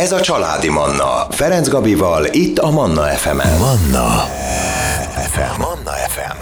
Ez a Családi Manna. Ferenc Gabival, itt a Manna FM-en. Manna FM. Manna FM.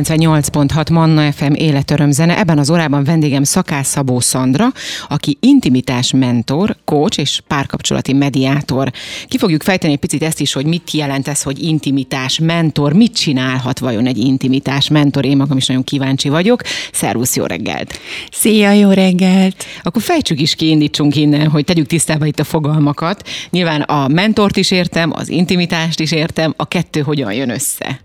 98.6 Manna FM életörömzene. Ebben az órában vendégem Szakász Szabó Szandra, aki intimitás mentor, coach és párkapcsolati mediátor. Ki fogjuk fejteni egy picit ezt is, hogy mit jelent ez, hogy intimitás mentor, mit csinálhat vajon egy intimitás mentor. Én magam is nagyon kíváncsi vagyok. Szervusz, jó reggelt! Szia, jó reggelt! Akkor fejtsük is ki, indítsunk innen, hogy tegyük tisztába itt a fogalmakat. Nyilván a mentort is értem, az intimitást is értem, a kettő hogyan jön össze?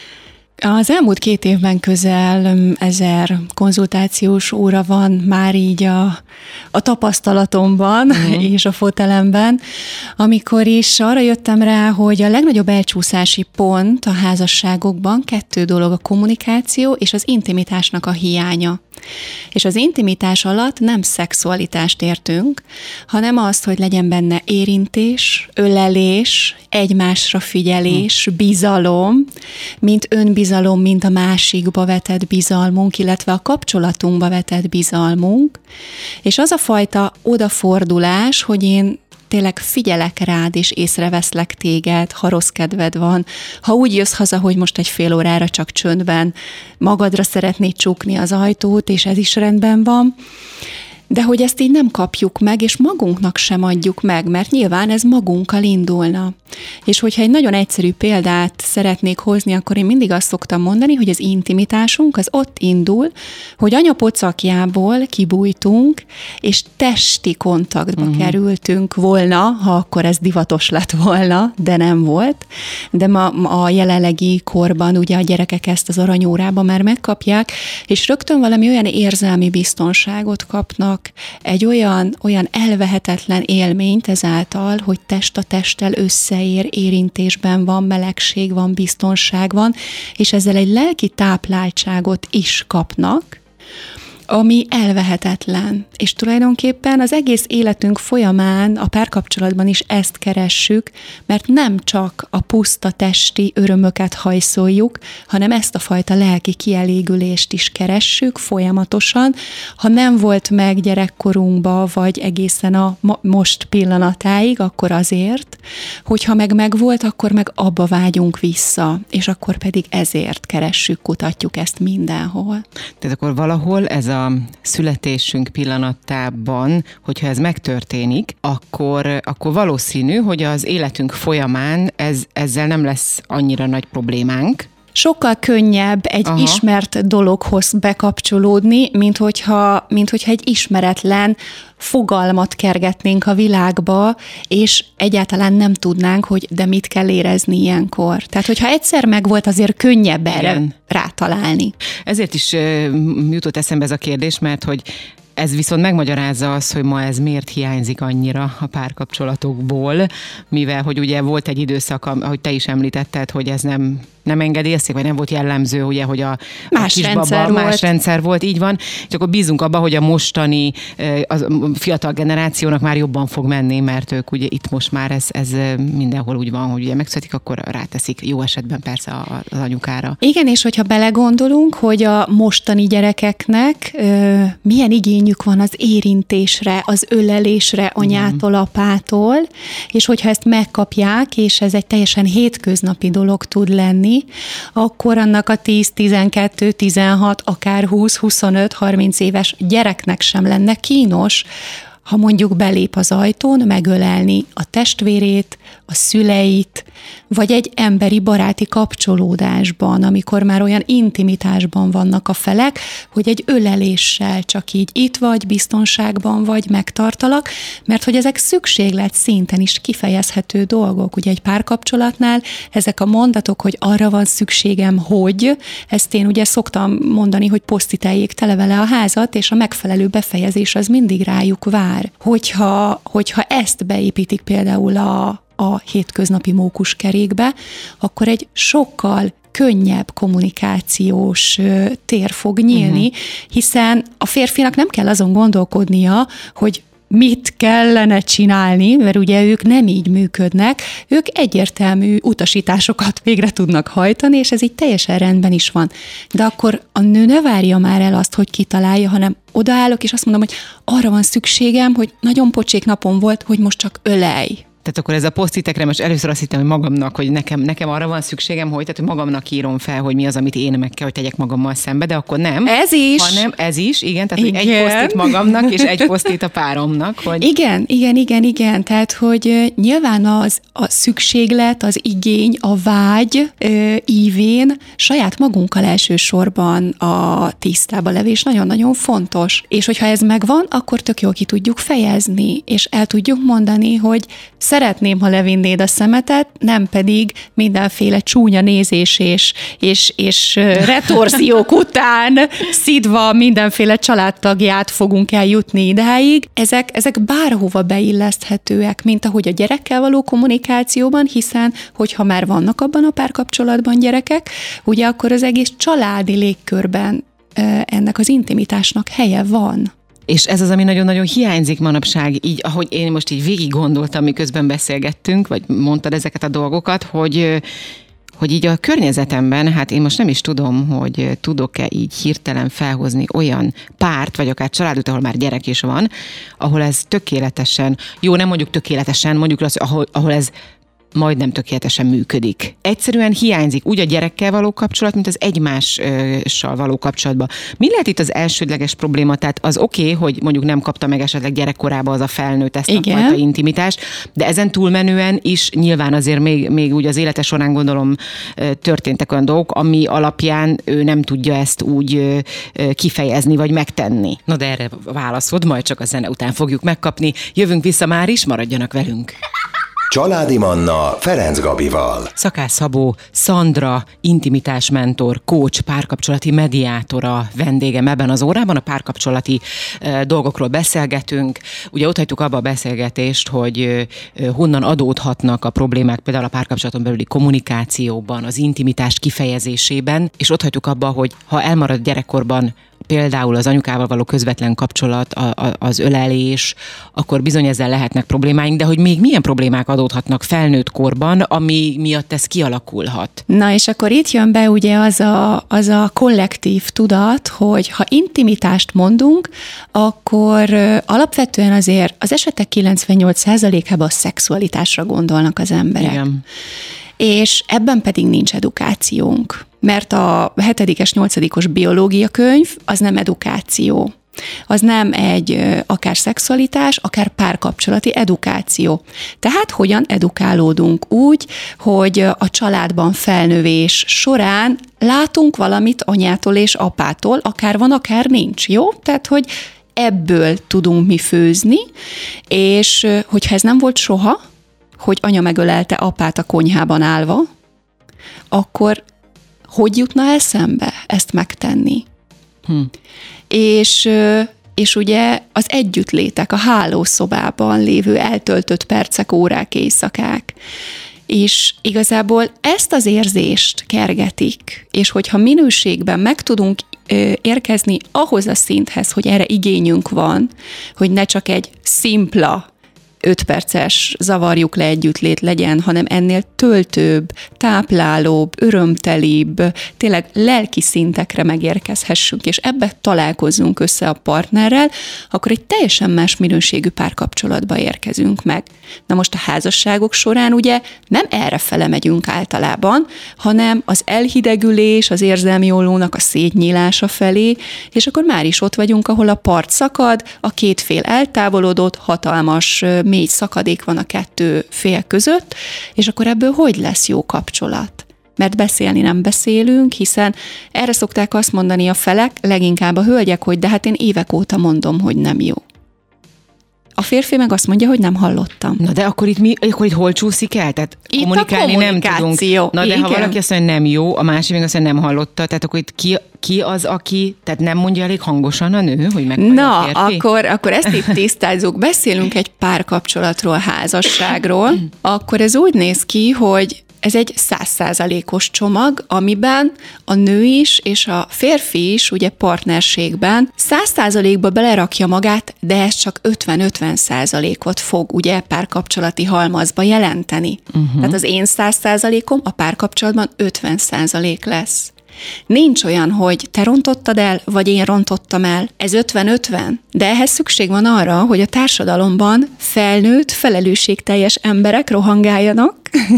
Az elmúlt 2 évben közel 1000 konzultációs óra van már így a tapasztalatomban és a fotelemben, amikor is arra jöttem rá, hogy a legnagyobb elcsúszási pont a házasságokban 2 dolog: a kommunikáció és az intimitásnak a hiánya. És az intimitás alatt nem szexualitást értünk, hanem azt, hogy legyen benne érintés, ölelés, egymásra figyelés, bizalom, mint önbizalom, mint a másikba vetett bizalmunk, illetve a kapcsolatunkba vetett bizalmunk. És az a fajta odafordulás, hogy én tényleg figyelek rád, és észreveszlek téged, ha rossz kedved van. Ha úgy jössz haza, hogy most egy fél órára csak csöndben magadra szeretnéd csukni az ajtót, és ez is rendben van, de hogy ezt így nem kapjuk meg, és magunknak sem adjuk meg, mert nyilván ez magunkkal indulna. És hogyha egy nagyon egyszerű példát szeretnék hozni, akkor én mindig azt szoktam mondani, hogy az intimitásunk az ott indul, hogy anya pocakjából kibújtunk, és testi kontaktba kerültünk volna, ha akkor ez divatos lett volna, de nem volt. De ma a jelenlegi korban ugye a gyerekek ezt az aranyórában már megkapják, és rögtön valami olyan érzelmi biztonságot kapnak, egy olyan elvehetetlen élményt ezáltal, hogy test a testtel összeér, érintésben van, melegség van, biztonság van, és ezzel egy lelki tápláltságot is kapnak, ami elvehetetlen. És tulajdonképpen az egész életünk folyamán a párkapcsolatban is ezt keressük, mert nem csak a puszta testi örömöket hajszoljuk, hanem ezt a fajta lelki kielégülést is keressük folyamatosan. Ha nem volt meg gyerekkorunkba, vagy egészen a most pillanatáig, akkor azért, hogyha meg volt, akkor meg abba vágyunk vissza, és akkor pedig ezért keressük, kutatjuk ezt mindenhol. Tehát akkor valahol ez a születésünk pillanatában, hogyha ez megtörténik, akkor valószínű, hogy az életünk folyamán ezzel nem lesz annyira nagy problémánk. Sokkal könnyebb egy ismert dologhoz bekapcsolódni, mint hogyha egy ismeretlen fogalmat kergetnénk a világba, és egyáltalán nem tudnánk, hogy de mit kell érezni ilyenkor. Tehát, hogyha egyszer megvolt, azért könnyebb erre rátalálni. Ezért is jutott eszembe ez a kérdés, mert hogy ez viszont megmagyarázza azt, hogy ma ez miért hiányzik annyira a párkapcsolatokból, mivel hogy ugye volt egy időszak, ahogy te is említetted, hogy ez nem engedélyezték, vagy nem volt jellemző, ugye, hogy a más rendszer volt, így van, és akkor bízunk abba, hogy a mostani a fiatal generációnak már jobban fog menni, mert ők ugye itt most már ez mindenhol úgy van, hogy ugye megszületik, akkor ráteszik, jó esetben persze az anyukára. Igen, és hogyha belegondolunk, hogy a mostani gyerekeknek milyen igényük van az érintésre, az ölelésre anyától, apától, és hogyha ezt megkapják, és ez egy teljesen hétköznapi dolog tud lenni, akkor annak a 10, 12, 16, akár 20, 25, 30 éves gyereknek sem lenne kínos, ha mondjuk belép az ajtón, megölelni a testvérét, a szüleit, vagy egy emberi baráti kapcsolódásban, amikor már olyan intimitásban vannak a felek, hogy egy öleléssel csak így itt vagy, biztonságban vagy, megtartalak, mert hogy ezek szükséglet szinten is kifejezhető dolgok. Ugye egy párkapcsolatnál ezek a mondatok, hogy arra van szükségem, hogy, ezt én ugye szoktam mondani, hogy posztiteljék tele vele a házat, és a megfelelő befejezés az mindig rájuk vár. Hogyha ezt beépítik például a hétköznapi mókuskerékbe, akkor egy sokkal könnyebb kommunikációs tér fog nyílni, hiszen a férfinak nem kell azon gondolkodnia, hogy mit kellene csinálni, mert ugye ők nem így működnek, ők egyértelmű utasításokat végre tudnak hajtani, és ez így teljesen rendben is van. De akkor a nő ne várja már el azt, hogy kitalálja, hanem odaállok, és azt mondom, hogy arra van szükségem, hogy nagyon pocsék napom volt, hogy most csak ölelj. Tehát akkor ez a posztitekre most először azt hittem, hogy magamnak, hogy nekem arra van szükségem, hogy, tehát, hogy magamnak írom fel, hogy mi az, amit én meg kell, hogy tegyek magammal szembe, de akkor nem. Ez is. Hanem ez is, igen, tehát igen. Hogy egy posztit magamnak, és egy posztit a páromnak. Hogy... Igen. Tehát, hogy nyilván a szükséglet, az igény, a vágy ívén saját magunkkal elsősorban a tisztába levés nagyon-nagyon fontos. És hogyha ez megvan, akkor tök jól ki tudjuk fejezni, és el tudjuk mondani, hogy szeretném, ha levinnéd a szemetet, nem pedig mindenféle csúnya nézés és retorziók után szidva mindenféle családtagját fogunk eljutni idáig. Ezek bárhova beilleszthetőek, mint ahogy a gyerekkel való kommunikációban, hiszen hogyha már vannak abban a párkapcsolatban gyerekek, ugye akkor az egész családi légkörben ennek az intimitásnak helye van. És ez az, ami nagyon-nagyon hiányzik manapság, így, ahogy én most így végig gondoltam, miközben beszélgettünk, vagy mondtad ezeket a dolgokat, hogy így a környezetemben, hát én most nem is tudom, hogy tudok-e így hirtelen felhozni olyan párt, vagy akár családot, ahol már gyerek is van, ahol ez tökéletesen, jó, nem mondjuk tökéletesen, mondjuk azt, ahol ez majdnem tökéletesen működik. Egyszerűen hiányzik úgy a gyerekkel való kapcsolat, mint az egymással való kapcsolatban. Mi lehet itt az elsődleges probléma? Tehát az oké, hogy mondjuk nem kapta meg esetleg gyerekkorában az a felnőtt ezt a fajta intimitást, de ezen túlmenően is nyilván azért még úgy az élete során gondolom történtek olyan dolgok, ami alapján ő nem tudja ezt úgy kifejezni vagy megtenni. Na de erre válaszod, majd csak a zene után fogjuk megkapni. Jövünk vissza már is, maradjanak velünk. Családi Manna Ferenc Gabival. Szakász Szabó Szandra, intimitásmentor, coach, párkapcsolati mediátora vendégem ebben az órában. A párkapcsolati dolgokról beszélgetünk. Ugye ott hagytuk abba a beszélgetést, hogy honnan adódhatnak a problémák például a párkapcsolaton belüli kommunikációban, az intimitás kifejezésében, és ott hagytuk abba, hogy ha elmarad gyerekkorban például az anyukával való közvetlen kapcsolat, az ölelés, akkor bizony ezzel lehetnek problémáink, de hogy még milyen problémák adódhatnak felnőtt korban, ami miatt ez kialakulhat. Na és akkor itt jön be ugye az a kollektív tudat, hogy ha intimitást mondunk, akkor alapvetően azért az esetek 98%-ában a szexualitásra gondolnak az emberek. Igen. És ebben pedig nincs edukációnk, mert a 7-es, 8-os biológia könyv az nem edukáció. Az nem egy akár szexualitás, akár párkapcsolati edukáció. Tehát hogyan edukálódunk úgy, hogy a családban felnövés során látunk valamit anyától és apától, akár van, akár nincs, jó? Tehát, hogy ebből tudunk mi főzni, és hogyha ez nem volt soha, hogy anya megölelte apát a konyhában állva, akkor hogy jutna eszembe ezt megtenni? És ugye az együttlétek, a hálószobában lévő eltöltött percek, órák, éjszakák, és igazából ezt az érzést kergetik, és hogyha minőségben meg tudunk érkezni ahhoz a szinthez, hogy erre igényünk van, hogy ne csak egy szimpla 5 perces zavarjuk le együttlét legyen, hanem ennél töltőbb, táplálóbb, örömtelibb, tényleg lelki szintekre megérkezhessünk, és ebbe találkozzunk össze a partnerrel, akkor egy teljesen más minőségű párkapcsolatba érkezünk meg. Na most a házasságok során ugye nem errefele megyünk általában, hanem az elhidegülés, az érzelmi ollónak a szétnyílása felé, és akkor már is ott vagyunk, ahol a part szakad, a két fél eltávolodott, hatalmas mély szakadék van a kettő fél között, és akkor ebből hogy lesz jó kapcsolat? Mert beszélni nem beszélünk, hiszen erre szokták azt mondani a felek, leginkább a hölgyek, hogy de hát én évek óta mondom, hogy nem jó. A férfi meg azt mondja, hogy nem hallottam. Na de akkor itt hol csúszik el? Tehát itt kommunikálni nem tudunk. Na de igen. Ha valaki azt mondja, hogy nem jó, a másik meg azt mondja, nem hallotta, tehát akkor itt ki az, aki, tehát nem mondja elég hangosan a nő, hogy na, a férfi? Akkor ezt itt tisztázzuk. Beszélünk egy párkapcsolatról, házasságról, akkor ez úgy néz ki, hogy ez egy 100%-os csomag, amiben a nő is és a férfi is ugye partnerségben 100%-ba belerakja magát, de ez csak 50-50%-ot fog ugye párkapcsolati halmazba jelenteni. Tehát az én 100%-om a párkapcsolatban 50% lesz. Nincs olyan, hogy te rontottad el, vagy én rontottam el. Ez 50-50. De ehhez szükség van arra, hogy a társadalomban felnőtt, felelősségteljes emberek rohangáljanak,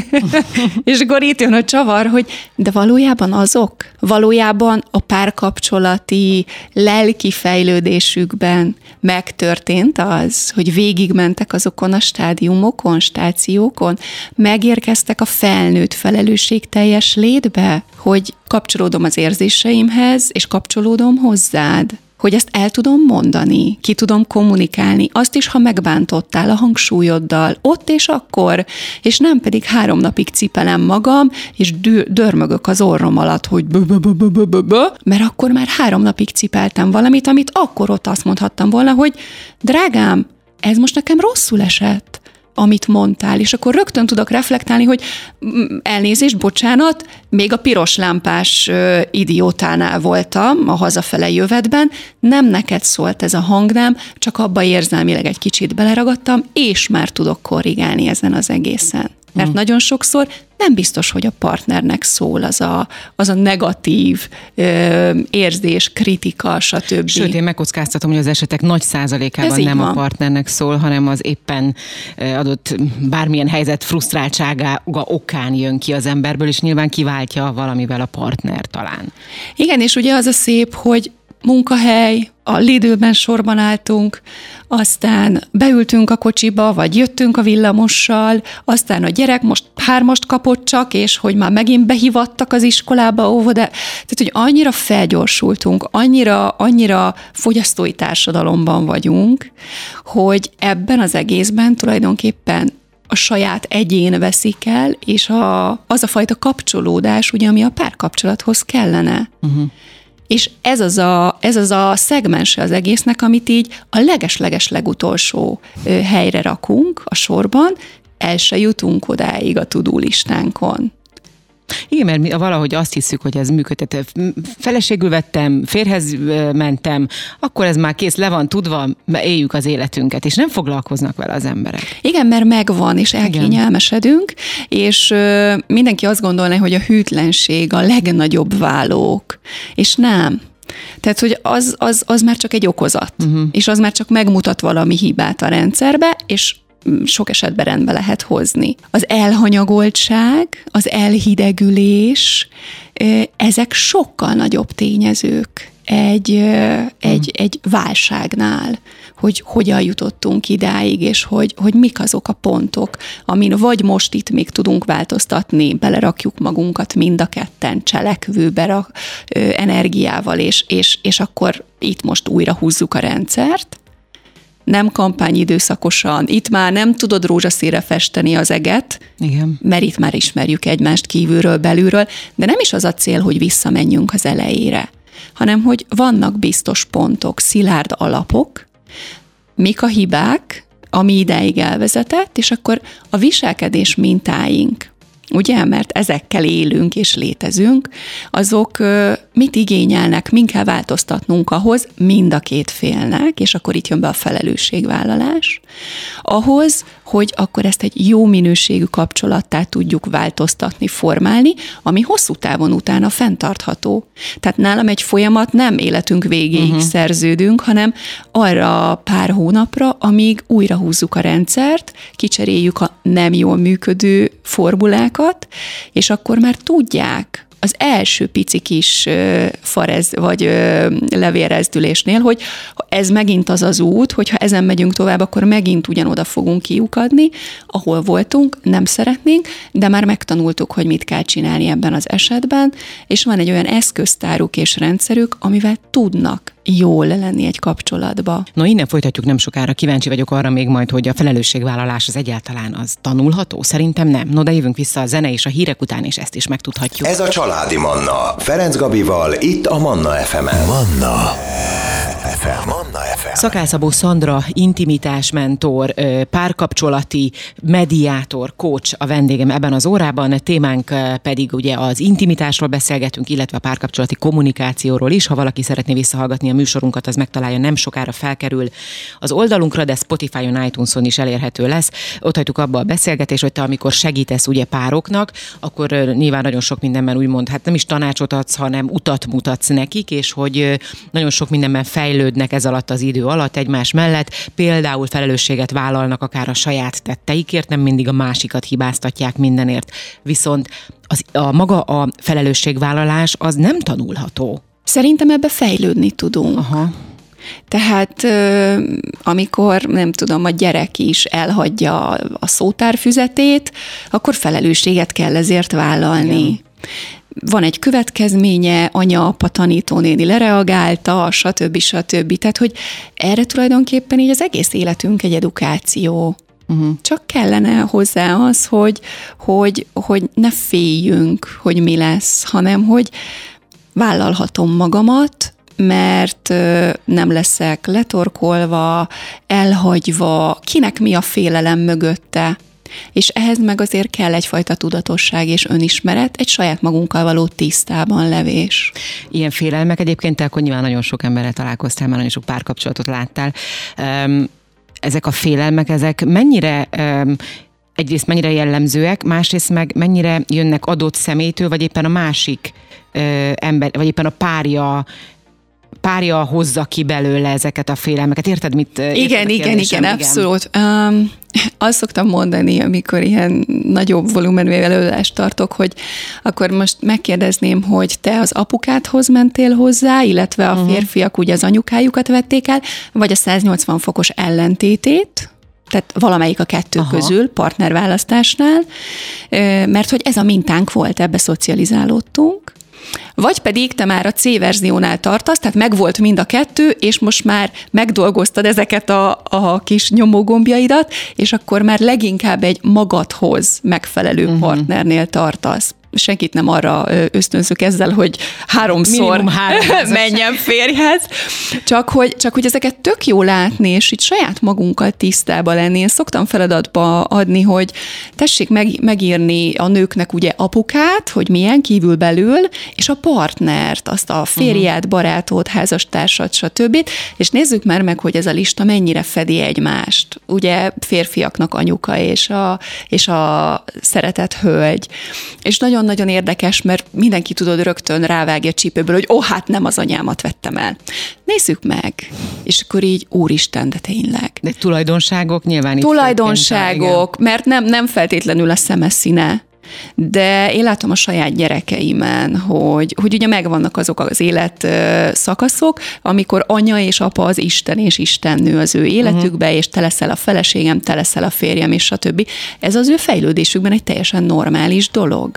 és akkor itt jön a csavar, hogy de valójában azok, valójában a párkapcsolati lelki fejlődésükben megtörtént az, hogy végigmentek azokon a stádiumokon, stációkon, megérkeztek a felnőtt felelősségteljes létbe, hogy kapcsolódom az érzéseimhez, és kapcsolódom hozzád. Hogy ezt el tudom mondani, ki tudom kommunikálni, azt is, ha megbántottál a hangsúlyoddal, ott és akkor, és nem pedig 3 napig cipelem magam, és dörmögök az orrom alatt, hogy mert akkor már 3 napig cipeltem valamit, amit akkor ott azt mondhattam volna, hogy drágám, ez most nekem rosszul esett, amit mondtál, és akkor rögtön tudok reflektálni, hogy elnézést, bocsánat, még a piros lámpás idiótánál voltam a hazafele jövetben, nem neked szólt ez a hangnám, csak abba érzelmileg egy kicsit beleragadtam, és már tudok korrigálni ezen az egészen. Mert nagyon sokszor nem biztos, hogy a partnernek szól az a negatív érzés, kritika, stb. Sőt, én megkockáztatom, hogy az esetek nagy százalékában nem a partnernek szól, hanem az éppen adott bármilyen helyzet frusztráltsága okán jön ki az emberből, és nyilván kiváltja valamivel a partner talán. Igen, és ugye az a szép, hogy munkahely, a Lidlben sorban álltunk, aztán beültünk a kocsiba, vagy jöttünk a villamossal, aztán a gyerek most 3-ast kapott csak, és hogy már megint behívattak az iskolába, óvodába. Tehát, hogy annyira felgyorsultunk, annyira fogyasztói társadalomban vagyunk, hogy ebben az egészben tulajdonképpen a saját egyén veszik el, és az a fajta kapcsolódás, ugye, ami a párkapcsolathoz kellene. És ez az a szegmense az egésznek, amit így a leges-leges legutolsó helyre rakunk a sorban, el se jutunk odáig a to-do listánkon. Igen, mert valahogy azt hiszük, hogy ez működhet. Feleségül vettem, férhez mentem, akkor ez már kész, le van tudva, éljük az életünket, és nem foglalkoznak vele az emberek. Igen, mert megvan, és elkényelmesedünk, és mindenki azt gondolná, hogy a hűtlenség a legnagyobb válók, és nem. Tehát, hogy az már csak egy okozat, és az már csak megmutat valami hibát a rendszerbe, és sok esetben rendbe lehet hozni. Az elhanyagoltság, az elhidegülés, ezek sokkal nagyobb tényezők egy válságnál, hogy hogyan jutottunk idáig, és hogy mik azok a pontok, amin vagy most itt még tudunk változtatni, belerakjuk magunkat mind a ketten cselekvőbe energiával, és akkor itt most újra húzzuk a rendszert, nem kampányidőszakosan, itt már nem tudod rózsaszínre festeni az eget, igen, mert itt már ismerjük egymást kívülről, belülről, de nem is az a cél, hogy visszamenjünk az elejére, hanem hogy vannak biztos pontok, szilárd alapok, mik a hibák, ami idáig elvezetett, és akkor a viselkedés mintáink, ugye, mert ezekkel élünk és létezünk, azok mit igényelnek, min kell változtatnunk ahhoz, mind a két félnek, és akkor itt jön be a felelősségvállalás, ahhoz, hogy akkor ezt egy jó minőségű kapcsolattá tudjuk változtatni, formálni, ami hosszú távon utána fenntartható. Tehát nálam egy folyamat nem életünk végéig szerződünk, hanem arra pár hónapra, amíg újra húzzuk a rendszert, kicseréljük a nem jól működő formulákat, és akkor már tudják az első pici kis vagy levélrezdülésnél, hogy ez megint az az út, hogyha ezen megyünk tovább, akkor megint ugyanoda fogunk kiukadni, ahol voltunk, nem szeretnénk, de már megtanultuk, hogy mit kell csinálni ebben az esetben, és van egy olyan eszköztáruk és rendszerük, amivel tudnak jól lenni egy kapcsolatba. No, innen folytatjuk nem sokára. Kíváncsi vagyok arra még majd, hogy a felelősségvállalás az egyáltalán az tanulható? Szerintem nem. No, de jövünk vissza a zene és a hírek után, és ezt is megtudhatjuk. Ez a Családi Manna. Ferenc Gabival, itt a Manna FM-en. Manna FM. Szakáll Szabó Szandra, intimitásmentor, párkapcsolati mediátor, coach a vendégem ebben az órában, témánk pedig ugye az intimitásról beszélgetünk, illetve a párkapcsolati kommunikációról is. Ha valaki szeretné visszahallgatni a műsorunkat, az megtalálja, nem sokára felkerül az oldalunkra, de Spotify-on, iTunes-on is elérhető lesz. Ott hagytuk abba a beszélgetést, hogy te amikor segítesz ugye pároknak, akkor nyilván nagyon sok mindenben úgymond, hát nem is tanácsot adsz, hanem utat mutatsz nekik, és hogy nagyon sok mindenben fejlődnek ez alatt az idő alatt egymás mellett, például felelősséget vállalnak akár a saját tetteikért, nem mindig a másikat hibáztatják mindenért. Viszont maga a felelősségvállalás az nem tanulható. Szerintem ebbe fejlődni tudunk. Aha. Tehát amikor, nem tudom, a gyerek is elhagyja a szótárfüzetét, akkor felelősséget kell ezért vállalni. Igen. Van egy következménye, anya, apa, tanítónéni lereagálta, stb. Tehát, hogy erre tulajdonképpen így az egész életünk egy edukáció. Csak kellene hozzá az, hogy ne féljünk, hogy mi lesz, hanem hogy vállalhatom magamat, mert nem leszek letorkolva, elhagyva, kinek mi a félelem mögötte. És ehhez meg azért kell egyfajta tudatosság és önismeret, egy saját magunkkal való tisztában levés. Ilyen félelmek egyébként, te akkor nyilván nagyon sok emberrel találkoztál, már nagyon sok párkapcsolatot láttál. Ezek a félelmek, ezek mennyire... Egyrészt mennyire jellemzőek, másrészt meg mennyire jönnek adott személytől, vagy éppen a másik ember, vagy éppen a párja hozza ki belőle ezeket a félelmeket. Érted, mit? Igen, abszolút. Azt szoktam mondani, amikor ilyen nagyobb volumenű előadást tartok, hogy akkor most megkérdezném, hogy te az apukádhoz mentél hozzá, illetve a férfiak ugye az anyukájukat vették el, vagy a 180 fokos ellentétét, tehát valamelyik a kettő közül, partnerválasztásnál, mert hogy ez a mintánk volt, ebbe szocializálódtunk. Vagy pedig te már a C verziónál tartasz, tehát megvolt mind a kettő, és most már megdolgoztad ezeket a kis nyomógombjaidat, és akkor már leginkább egy magadhoz megfelelő partnernél tartasz. Senkit nem arra ösztönzök ezzel, hogy háromszor menjen férjhez, csak hogy ezeket tök jó látni, és itt saját magunkkal tisztába lenni. Én szoktam feladatba adni, hogy tessék megírni a nőknek ugye apukát, hogy milyen kívül belül, és a partnert, azt a férját, barátot, házastársat, stb. És nézzük már meg, hogy ez a lista mennyire fedi egymást. Ugye férfiaknak anyuka és a szeretett hölgy. És nagyon-nagyon érdekes, mert mindenki tudod rögtön rávágja a csípőből, hogy hát nem az anyámat vettem el. Nézzük meg. És akkor így, úristen, de tényleg. De tulajdonságok nyilván itt. Tulajdonságok, mert nem feltétlenül a szeme színe. De én látom a saját gyerekeimen, hogy ugye megvannak azok az élet szakaszok, amikor anya és apa az Isten és istennő az ő életükbe, és te leszel a feleségem, te leszel a férjem, és stb. Ez az ő fejlődésükben egy teljesen normális dolog.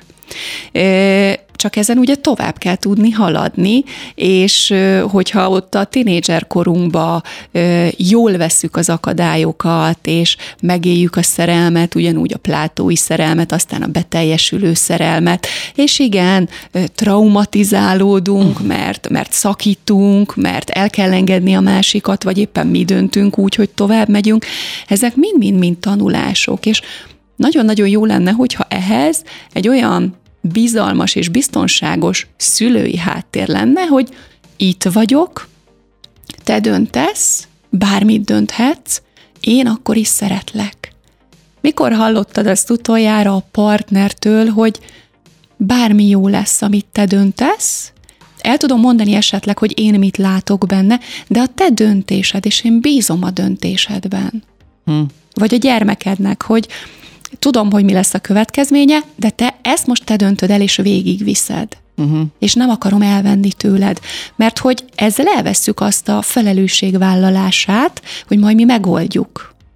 Csak ezen ugye tovább kell tudni haladni, és hogyha ott a tínédzser korunkba jól vesszük az akadályokat, és megéljük a szerelmet, ugyanúgy a plátói szerelmet, aztán a beteljesülő szerelmet, és igen, traumatizálódunk, mert szakítunk, mert el kell engedni a másikat, vagy éppen mi döntünk úgy, hogy tovább megyünk. Ezek mind-mind tanulások, és nagyon-nagyon jó lenne, hogyha ehhez egy olyan bizalmas és biztonságos szülői háttér lenne, hogy itt vagyok, te döntesz, bármit dönthetsz, én akkor is szeretlek. Mikor hallottad azt utoljára a partnertől, hogy bármi jó lesz, amit te döntesz, el tudom mondani esetleg, hogy én mit látok benne, de a te döntésed, és én bízom a döntésedben. Vagy a gyermekednek, hogy tudom, hogy mi lesz a következménye, de ezt most te döntöd el, és végigviszed. És nem akarom elvenni tőled, mert hogy ezzel elvesszük azt a felelősségvállalását, hogy majd mi megoldjuk.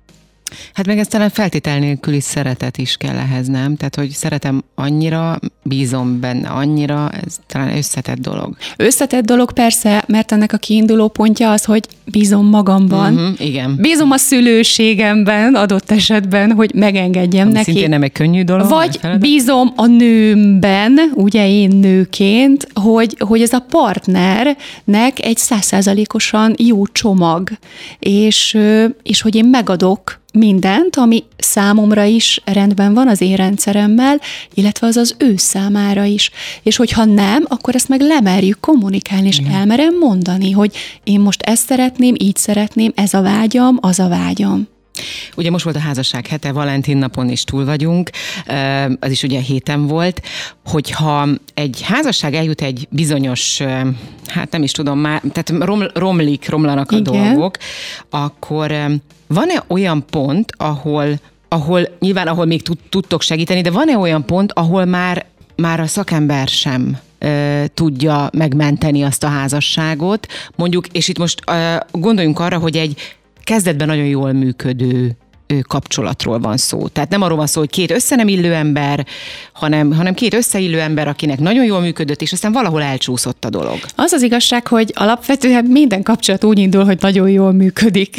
Hát meg ez talán feltétel nélküli szeretet is kell ehhez, nem? Tehát, hogy szeretem annyira, bízom benne annyira, ez talán összetett dolog. Összetett dolog persze, mert ennek a kiinduló pontja az, hogy bízom magamban. Igen. Bízom a szülőségemben adott esetben, hogy megengedjem ami neki. Szintén nem egy könnyű dolog. Vagy bízom a nőmben, ugye én nőként, hogy ez a partnernek egy 100%-osan jó csomag, és hogy én megadok mindent, ami számomra is rendben van az én rendszeremmel, illetve az ő számára is. És hogyha nem, akkor ezt meg lemerjük kommunikálni, és elmerem mondani, hogy én most ezt szeretném, így szeretném, ez a vágyam, az a vágyam. Ugye most volt a házasság hete, Valentin napon is túl vagyunk, az is ugye héten volt, hogyha egy házasság eljut egy bizonyos, hát nem is tudom már, tehát romlanak a dolgok, akkor van-e olyan pont, ahol nyilván ahol még tudtok segíteni, de van-e olyan pont, ahol már a szakember sem tudja megmenteni azt a házasságot, mondjuk, és itt most gondoljunk arra, hogy egy kezdetben nagyon jól működő kapcsolatról van szó. Tehát nem arról van szó, hogy két össze nem illő ember, hanem két összeillő ember, akinek nagyon jól működött, és aztán valahol elcsúszott a dolog. Az az igazság, hogy alapvetően minden kapcsolat úgy indul, hogy nagyon jól működik.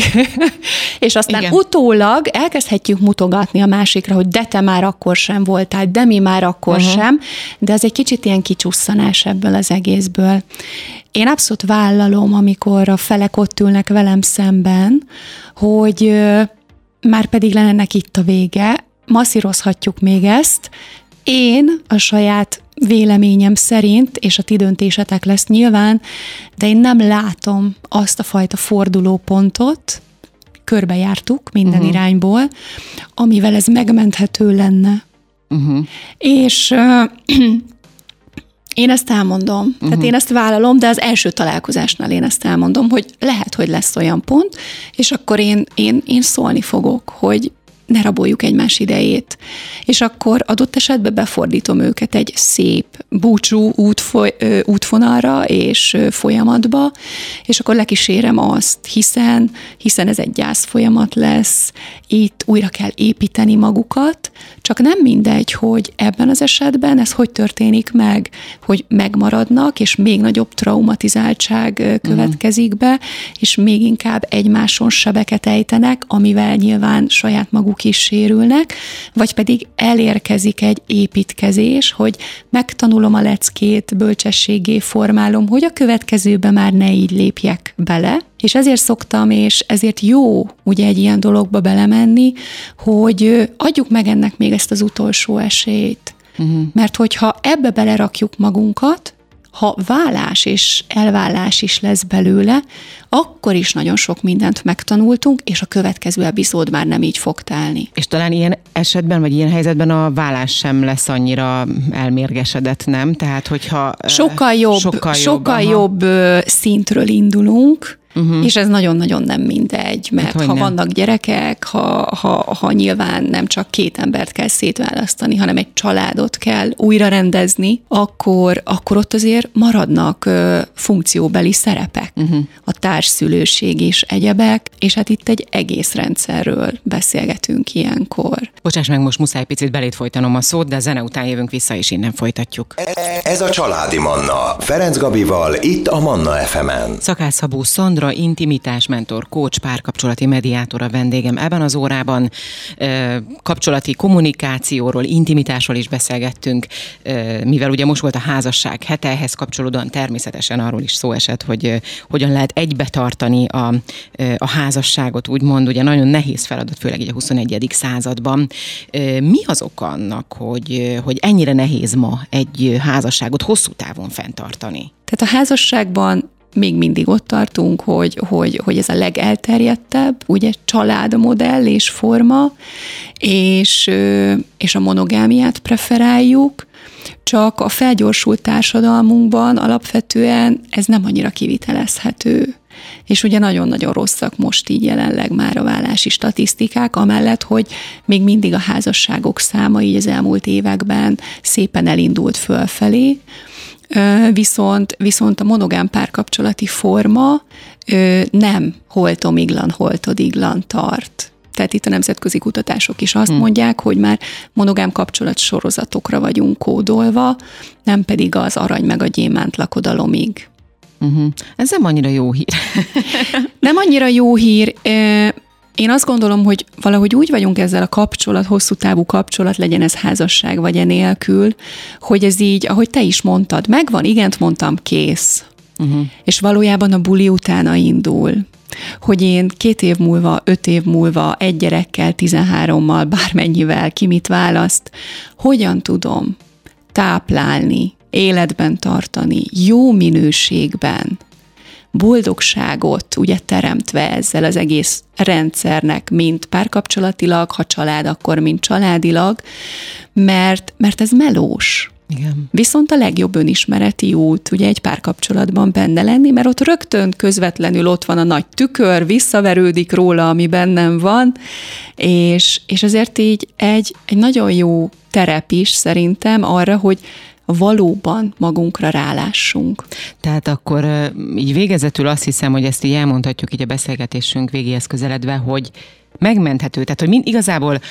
És aztán utólag elkezdhetjük mutogatni a másikra, hogy de te már akkor sem voltál, de mi már akkor sem, de ez egy kicsit ilyen kicsusszanás ebből az egészből. Én abszolút vállalom, amikor a felek ott ülnek velem szemben, hogy már pedig lenne neki itt a vége, masszírozhatjuk még ezt. Én a saját véleményem szerint, és a ti döntésetek lesz nyilván, de én nem látom azt a fajta fordulópontot, körbejártuk minden irányból, amivel ez megmenthető lenne. És én ezt elmondom. Tehát én ezt vállalom, de az első találkozásnál én ezt elmondom, hogy lehet, hogy lesz olyan pont, és akkor én szólni fogok, hogy ne raboljuk egymás idejét. És akkor adott esetben befordítom őket egy szép búcsú útvonalra és folyamatba, és akkor lekísérem azt, hiszen ez egy gyász folyamat lesz, itt újra kell építeni magukat, csak nem mindegy, hogy ebben az esetben ez hogy történik meg, hogy megmaradnak, és még nagyobb traumatizáltság következik be, és még inkább egymáson sebeket ejtenek, amivel nyilván saját maguk is sérülnek, vagy pedig elérkezik egy építkezés, hogy megtanulom a leckét, bölcsességgé formálom, hogy a következőben már ne így lépjek bele, és ezért szoktam, és ezért jó ugye egy ilyen dologba belemenni, hogy adjuk meg ennek még ezt az utolsó esélyt. Mert hogyha ebbe belerakjuk magunkat, ha válás és elvállás is lesz belőle, akkor is nagyon sok mindent megtanultunk, és a következő epizód már nem így fog telni. És talán ilyen esetben, vagy ilyen helyzetben a vállás sem lesz annyira elmérgesedett, nem? Tehát, hogyha... Sokkal jobb szintről indulunk, és ez nagyon-nagyon nem mindegy, mert hát, ha vannak gyerekek, ha nyilván nem csak két embert kell szétválasztani, hanem egy családot kell újra rendezni, akkor ott azért maradnak funkcióbeli szerepek. A társszülőség és egyebek, és hát itt egy egész rendszerről beszélgetünk ilyenkor. Bocsáss meg, most muszáj picit belét folytanom a szót, de a zene után jövünk vissza, és innen folytatjuk. Ez a Családi Manna, Ferenc Gabival, itt a Manna FM-en. Szakács Szabó Szandra, intimitásmentor, coach, párkapcsolati mediátor a vendégem ebben az órában. Kapcsolati kommunikációról, intimitásról is beszélgettünk, mivel ugye most volt a házasság hete, ehhez kapcsolódóan természetesen arról is szó esett, hogy hogyan lehet egybe tartani a házasságot, úgymond, ugye nagyon nehéz feladat, főleg így a 21. században. Mi az oka annak, hogy ennyire nehéz ma egy házasságot hosszú távon fenntartani? Tehát a házasságban még mindig ott tartunk, hogy ez a legelterjedtebb, ugye családmodell és forma, és a monogámiát preferáljuk, csak a felgyorsult társadalmunkban alapvetően ez nem annyira kivitelezhető. És ugye nagyon-nagyon rosszak most így jelenleg már a vállási statisztikák, amellett, hogy még mindig a házasságok száma így az elmúlt években szépen elindult fölfelé, viszont a monogám párkapcsolati forma nem holtomiglan, holtodiglan tart. tehát itt a nemzetközi kutatások is azt mondják, hogy már monogám kapcsolat sorozatokra vagyunk kódolva, nem pedig az arany meg a gyémánt lakodalomig. Ez nem annyira jó hír. Nem annyira jó hír. Én azt gondolom, hogy valahogy úgy vagyunk ezzel a kapcsolat, hosszú távú kapcsolat, legyen ez házasság vagy enélkül, hogy ez így, ahogy te is mondtad, megvan, igent mondtam, kész. És valójában a buli utána indul. Hogy én 2 év múlva, 5 év múlva, 1 gyerekkel, 13-mal, bármennyivel, ki mit választ, hogyan tudom táplálni, életben tartani, jó minőségben, boldogságot ugye teremtve ezzel az egész rendszernek, mint párkapcsolatilag, ha család, akkor mint családilag, mert ez melós. Igen. Viszont a legjobb önismereti út ugye egy párkapcsolatban benne lenni, mert ott rögtön közvetlenül ott van a nagy tükör, visszaverődik róla, ami bennem van, és azért így egy nagyon jó terep is szerintem arra, hogy valóban magunkra rálássunk. Tehát akkor így végezetül azt hiszem, hogy ezt így elmondhatjuk így a beszélgetésünk végéhez közeledve, hogy megmenthető. Tehát, hogy igazából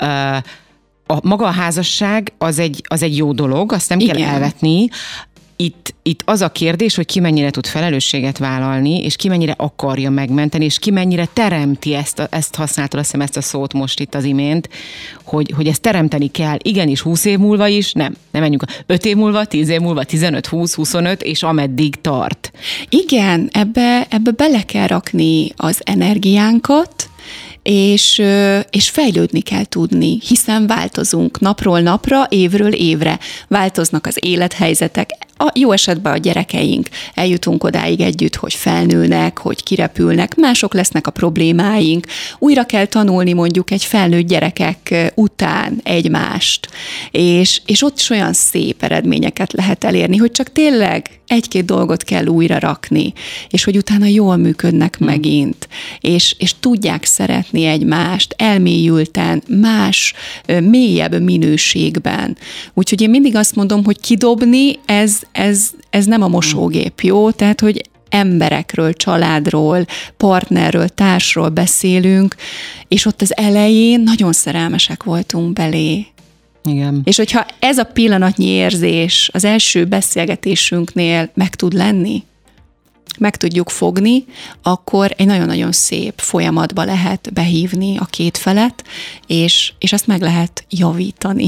maga a házasság az egy jó dolog, azt nem kell elvetni. Itt az a kérdés, hogy ki mennyire tud felelősséget vállalni, és ki mennyire akarja megmenteni, és ki mennyire teremti ezt használtad, azt hiszem ezt a szót most itt az imént, hogy ezt teremteni kell, igenis 20 év múlva is, nem menjünk 5 év múlva, 10 év múlva, 15, 20, 25, és ameddig tart. Igen, ebbe bele kell rakni az energiánkat, és fejlődni kell tudni, hiszen változunk napról napra, évről évre. Változnak az élethelyzetek, jó esetben a gyerekeink, eljutunk odáig együtt, hogy felnőnek, hogy kirepülnek, mások lesznek a problémáink, újra kell tanulni mondjuk egy felnőtt gyerekek után egymást, és ott is olyan szép eredményeket lehet elérni, hogy csak tényleg 1-2 dolgot kell újra rakni, és hogy utána jól működnek megint, és tudják szeretni egymást, elmélyülten, más, mélyebb minőségben. Úgyhogy én mindig azt mondom, hogy kidobni, ez nem a mosógép, jó? Tehát, hogy emberekről, családról, partnerről, társról beszélünk, és ott az elején nagyon szerelmesek voltunk belé. Igen. És hogyha ez a pillanatnyi érzés az első beszélgetésünknél meg tud lenni, meg tudjuk fogni, akkor egy nagyon-nagyon szép folyamatba lehet behívni a két felet, és azt meg lehet javítani.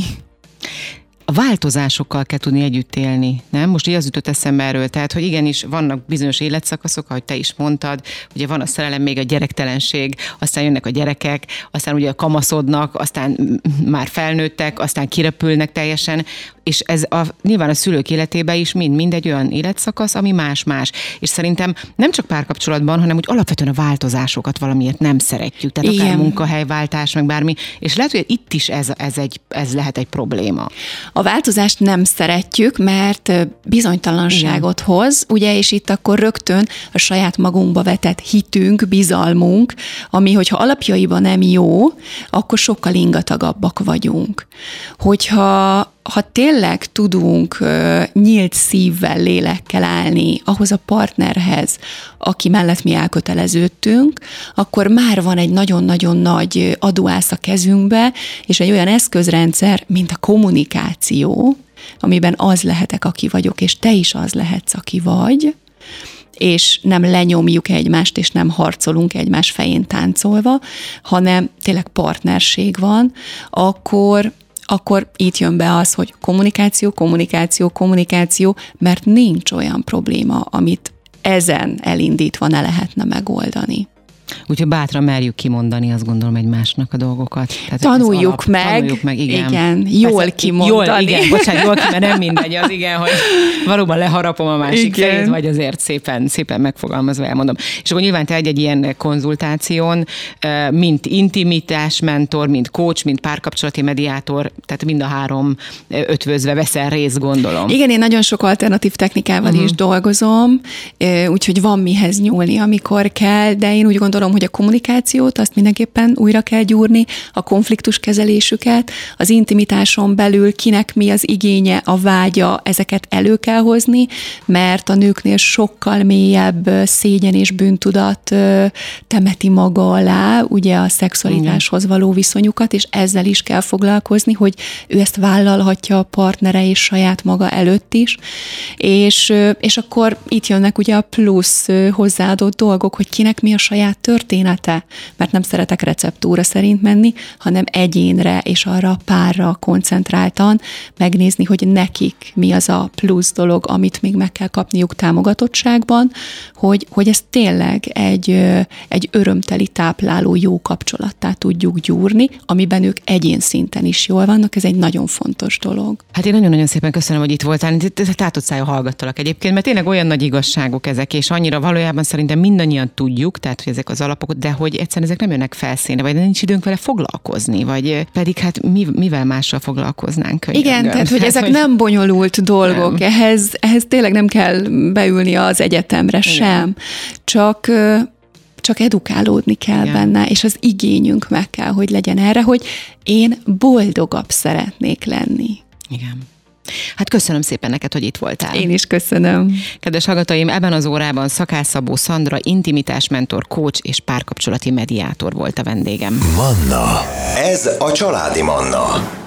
A változásokkal kell tudni együtt élni, nem? Most így az jutott eszembe erről, tehát, hogy igenis vannak bizonyos életszakaszok, ahogy te is mondtad, ugye van a szerelem, még a gyerektelenség, aztán jönnek a gyerekek, aztán ugye kamaszodnak, aztán már felnőttek, aztán kirepülnek teljesen, és ez nyilván a szülők életében is mind egy olyan életszakasz, ami más-más. És szerintem nem csak párkapcsolatban, hanem úgy alapvetően a változásokat valamiért nem szeretjük. Tehát akár munkahelyváltás, meg bármi. És lehet, hogy itt is ez lehet egy probléma. A változást nem szeretjük, mert bizonytalanságot hoz, ugye, és itt akkor rögtön a saját magunkba vetett hitünk, bizalmunk, ami, hogyha alapjaiban nem jó, akkor sokkal ingatagabbak vagyunk. Hogyha tényleg tudunk nyílt szívvel, lélekkel állni ahhoz a partnerhez, aki mellett mi elköteleződtünk, akkor már van egy nagyon-nagyon nagy adóász a kezünkbe, és egy olyan eszközrendszer, mint a kommunikáció, amiben az lehetek, aki vagyok, és te is az lehetsz, aki vagy, és nem lenyomjuk egymást, és nem harcolunk egymás fején táncolva, hanem tényleg partnerség van, akkor itt jön be az, hogy kommunikáció, mert nincs olyan probléma, amit ezen elindítva ne lehetne megoldani. Úgyhogy bátran merjük kimondani, azt gondolom, egymásnak a dolgokat. Tehát tanuljuk meg, igen. Jól kimondani. Jól ki, mert nem mindegy az, igen, hogy valóban leharapom a másik fejét, vagy azért szépen megfogalmazva elmondom. És akkor nyilván te egy ilyen konzultáción, mint intimitásmentor, mint coach, mint párkapcsolati mediátor, tehát mind a 3 ötvözve veszel részt, gondolom. Igen, én nagyon sok alternatív technikával is dolgozom, úgyhogy van mihez nyúlni, amikor kell, de én úgy gondolom, gondolom, hogy a kommunikációt azt mindenképpen újra kell gyúrni, a konfliktuskezelésüket, az intimitáson belül kinek mi az igénye, a vágya, ezeket elő kell hozni, mert a nőknél sokkal mélyebb szégyen és bűntudat temeti maga alá, ugye a szexualitáshoz való viszonyukat, és ezzel is kell foglalkozni, hogy ő ezt vállalhatja a partnere és saját maga előtt is, és akkor itt jönnek ugye a plusz hozzáadott dolgok, hogy kinek mi a saját története, mert nem szeretek receptúra szerint menni, hanem egyénre és arra a párra koncentráltan megnézni, hogy nekik mi az a plusz dolog, amit még meg kell kapniuk támogatottságban, hogy ez tényleg egy örömteli tápláló jó kapcsolattá tudjuk gyúrni, amiben ők egyén szinten is jól vannak, ez egy nagyon fontos dolog. Hát én nagyon-nagyon szépen köszönöm, hogy itt voltál. Tátott szájjal hallgattalak egyébként, mert tényleg olyan nagy igazságok ezek, és annyira valójában szerintem mindannyian tudjuk, tehát hogy ezek az alapok, de hogy egyszerűen ezek nem jönnek felszínre, vagy nincs időnk vele foglalkozni, vagy pedig hát mivel mással foglalkoznánk könyörgöm. Igen, tehát hogy ezek nem bonyolult dolgok, nem. Ehhez tényleg nem kell beülni az egyetemre sem, csak edukálódni kell benne, és az igényünk meg kell, hogy legyen erre, hogy én boldogabb szeretnék lenni. Igen. Hát köszönöm szépen neked, hogy itt voltál. Én is köszönöm. Kedves hallgatóim, ebben az órában Szakász Szabó Szandra, intimitásmentor, coach és párkapcsolati mediátor volt a vendégem. Manna. Ez a Családi Manna.